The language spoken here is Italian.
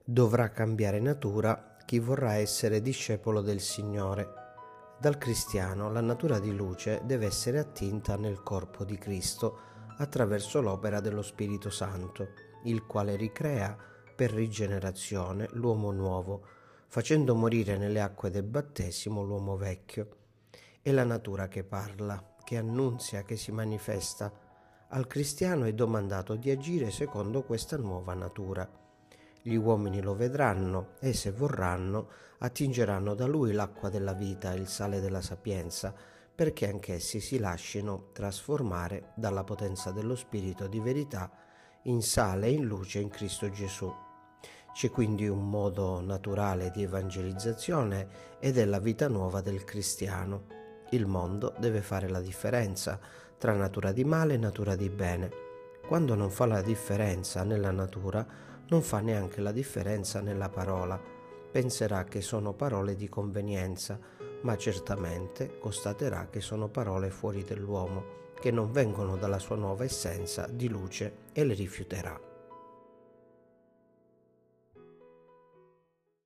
Dovrà cambiare natura chi vorrà essere discepolo del Signore. Dal cristiano la natura di luce deve essere attinta nel corpo di Cristo attraverso l'opera dello Spirito Santo, il quale ricrea per rigenerazione l'uomo nuovo, facendo morire nelle acque del battesimo l'uomo vecchio. È la natura che parla, che annunzia, che si manifesta. Al cristiano è domandato di agire secondo questa nuova natura. Gli uomini lo vedranno e, se vorranno, attingeranno da lui l'acqua della vita e il sale della sapienza, perché anch'essi si lascino trasformare dalla potenza dello Spirito di verità in sale e in luce in Cristo Gesù. C'è quindi un modo naturale di evangelizzazione ed è la vita nuova del cristiano. Il mondo deve fare la differenza tra natura di male e natura di bene. Quando non fa la differenza nella natura, non fa neanche la differenza nella parola. Penserà che sono parole di convenienza, ma certamente constaterà che sono parole fuori dell'uomo, che non vengono dalla sua nuova essenza di luce, e le rifiuterà.